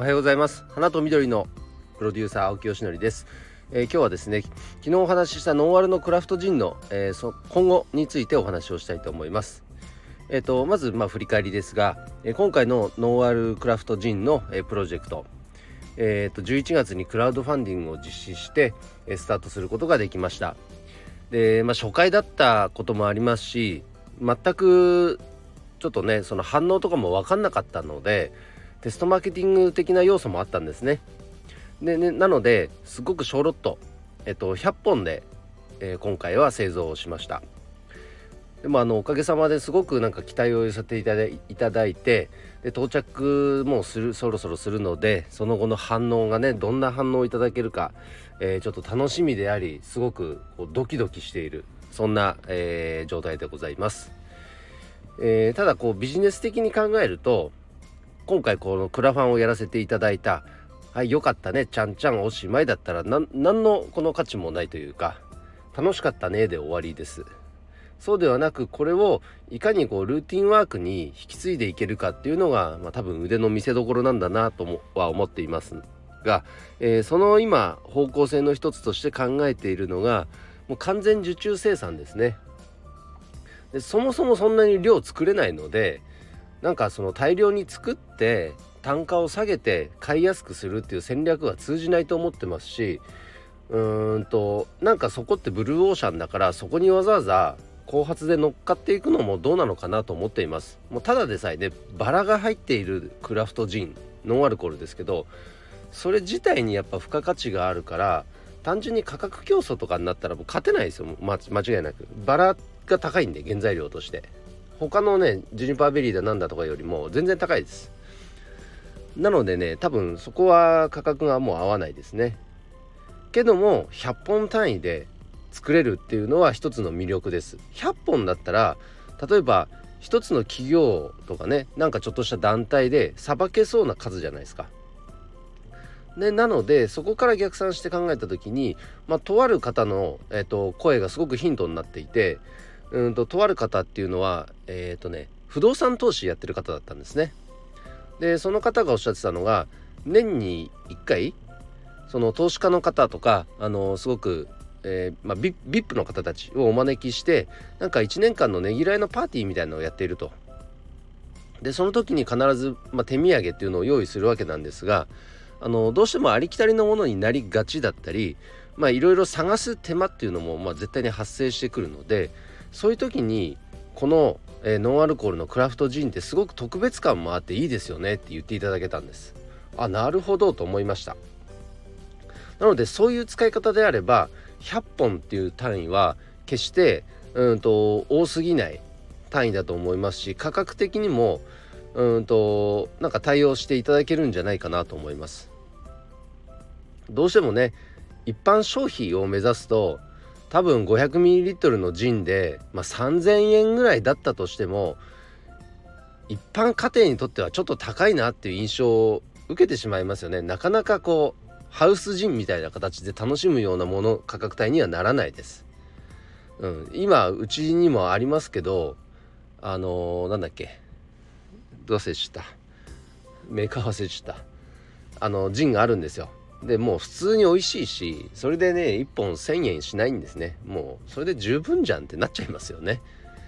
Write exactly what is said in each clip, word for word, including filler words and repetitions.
はようございます。花と緑のプロデューサー青木よしのりです。えー、今日はですね、昨日お話ししたノンアルのクラフトジンの、えー、そ今後についてお話をしたいと思います。えー、とまずまあ振り返りですが、えー、今回のノンアルクラフトジンの、えー、プロジェクト、えー、とじゅういちがつにクラウドファンディングを実施して、えー、スタートすることができました。で、まあ、初回だったこともありますし、全くちょっとねその反応とかも分かんなかったので、テストマーケティング的な要素もあったんですね。でねなのですごく小ロット、えっと、ひゃっぽんで、えー、今回は製造をしました。でもあのおかげさまですごくなんか期待を寄せていただい、いただいて、で到着もするそろそろするので、その後の反応がねどんな反応をいただけるか、えー、ちょっと楽しみであり、すごくこうドキドキしている、そんな、えー、状態でございます。えー、ただこうビジネス的に考えると、今回このクラファンをやらせていただいた、はいよかったねちゃんちゃんおしまいだったら何のこの価値もないというか、楽しかったねで終わりです。そうではなく、これをいかにこうルーティンワークに引き継いでいけるかっていうのが、まあ、多分腕の見せ所なんだなともは思っていますが、えー、その今方向性の一つとして考えているのが、もう完全受注生産ですね。でそもそもそんなに量作れないので、なんかその大量に作って単価を下げて買いやすくするっていう戦略は通じないと思ってますし、うーんとなんかそこってブルーオーシャンだから、そこにわざわざ後発で乗っかっていくのもどうなのかなと思っています。もうただでさえねバラが入っているクラフトジン、ノンアルコールですけど、それ自体にやっぱ付加価値があるから、単純に価格競争とかになったらもう勝てないですよ。間違いなくバラが高いんで、原材料として他のねジュニパーベリーだなんだとかよりも全然高いです。なのでね、多分そこは価格がもう合わないですね。けどもひゃっぽん単位で作れるっていうのは一つの魅力です。ひゃっぽんだったら、例えば一つの企業とかね、なんかちょっとした団体でさばけそうな数じゃないですか。でなのでそこから逆算して考えた時に、まあ、とある方の、えーと、声がすごくヒントになっていて、うんととある方っていうのはえっ、ー、とね不動産投資やってる方だったんですね。でその方がおっしゃってたのが、年にいっかいその投資家の方とか、あのすごく、えーまあ、ビップ の方たちをお招きして、なんかいちねんかんのねぎらいのパーティーみたいなのをやっていると。でその時に必ず、まあ、手土産っていうのを用意するわけなんですが、あのどうしてもありきたりのものになりがちだったり、まあいろいろ探す手間っていうのも、まあ、絶対に発生してくるので、そういう時にこの、えー、ノンアルコールのクラフトジンってすごく特別感もあっていいですよねって言っていただけたんです。あ、なるほどと思いました。なのでそういう使い方であれば、ひゃっぽんっていう単位は決してうんと多すぎない単位だと思いますし、価格的にもうんとなんか対応していただけるんじゃないかなと思います。どうしてもね一般消費を目指すと、多分 ごひゃくミリリットル のジンで、まあ、さんぜんえんぐらいだったとしても、一般家庭にとってはちょっと高いなっていう印象を受けてしまいますよね。なかなかこうハウスジンみたいな形で楽しむようなもの価格帯にはならないです。うん、今うちにもありますけど、あのー、なんだっけどうせしたメーカー忘れちゃったあのジンがあるんですよ。でもう普通に美味しいし、それでねいっぽんせんえんしないんですね。もうそれで十分じゃんってなっちゃいますよね。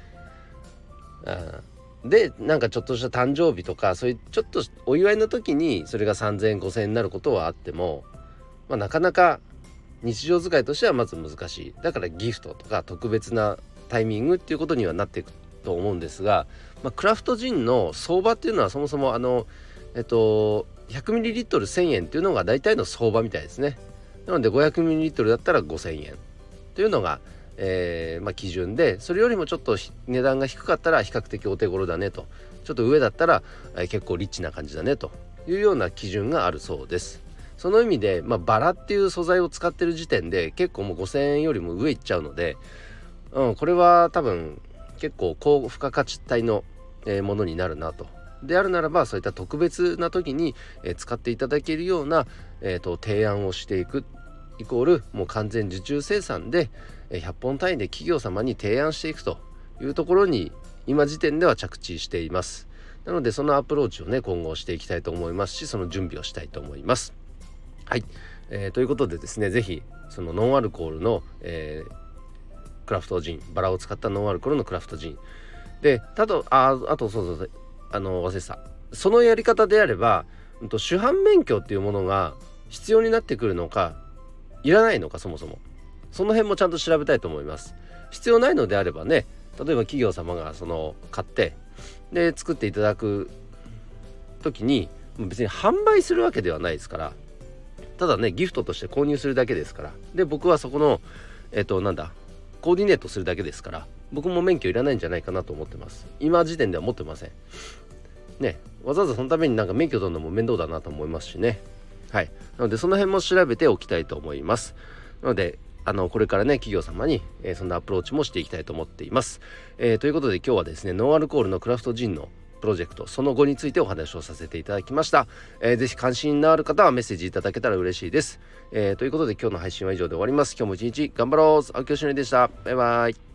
あでなんかちょっとした誕生日とか、そういうちょっとお祝いの時にそれがさんぜんえんごせんえんになることはあっても、まあ、なかなか日常使いとしてはまず難しい。だからギフトとか特別なタイミングっていうことにはなっていくと思うんですが、まあ、クラフトジンの相場っていうのはそもそもあのえっと ひゃくミリリットルせんえんっていうのが大体の相場みたいですね。なので ごひゃくミリリットル だったらごせんえんというのが、えーまあ、基準で、それよりもちょっと値段が低かったら比較的お手頃だねと、ちょっと上だったら、えー、結構リッチな感じだねというような基準があるそうです。その意味で、まあ、バラっていう素材を使ってる時点で結構もうごせんえんよりも上いっちゃうので、うん、これは多分結構高付加価値帯のものになるなと。であるならば、そういった特別な時に使っていただけるような、えー、と提案をしていくイコール、もう完全受注生産でひゃっぽん単位で企業様に提案していくというところに今時点では着地しています。 なのでそのアプローチをね今後していきたいと思いますし、その準備をしたいと思います。はい、えー、ということでですね、ぜひそのノンアルコールの、えー、クラフトジン、バラを使ったノンアルコールのクラフトジンで、あとああとそうそうそうあの忘れてた、そのやり方であれば、うんと、主犯免許っていうものが必要になってくるのかいらないのか、そもそもその辺もちゃんと調べたいと思います。必要ないのであればね、例えば企業様がその買ってで作っていただく時に別に販売するわけではないですから、ただねギフトとして購入するだけですから、で僕はそこのえっとなんだコーディネートするだけですから、僕も免許いらないんじゃないかなと思ってます。今時点では持ってませんね。わざわざそのためになんか免許取るのも面倒だなと思いますしね。はい、なのでその辺も調べておきたいと思います。なのであのこれからね企業様に、えー、そんなアプローチもしていきたいと思っています。えー、ということで今日はですねノンアルコールのクラフトジンのプロジェクトその後についてお話をさせていただきました。えー、ぜひ関心のある方はメッセージいただけたら嬉しいです。えー、ということで今日の配信は以上で終わります。今日も一日頑張ろう。青木よしのりでした。バイバイ。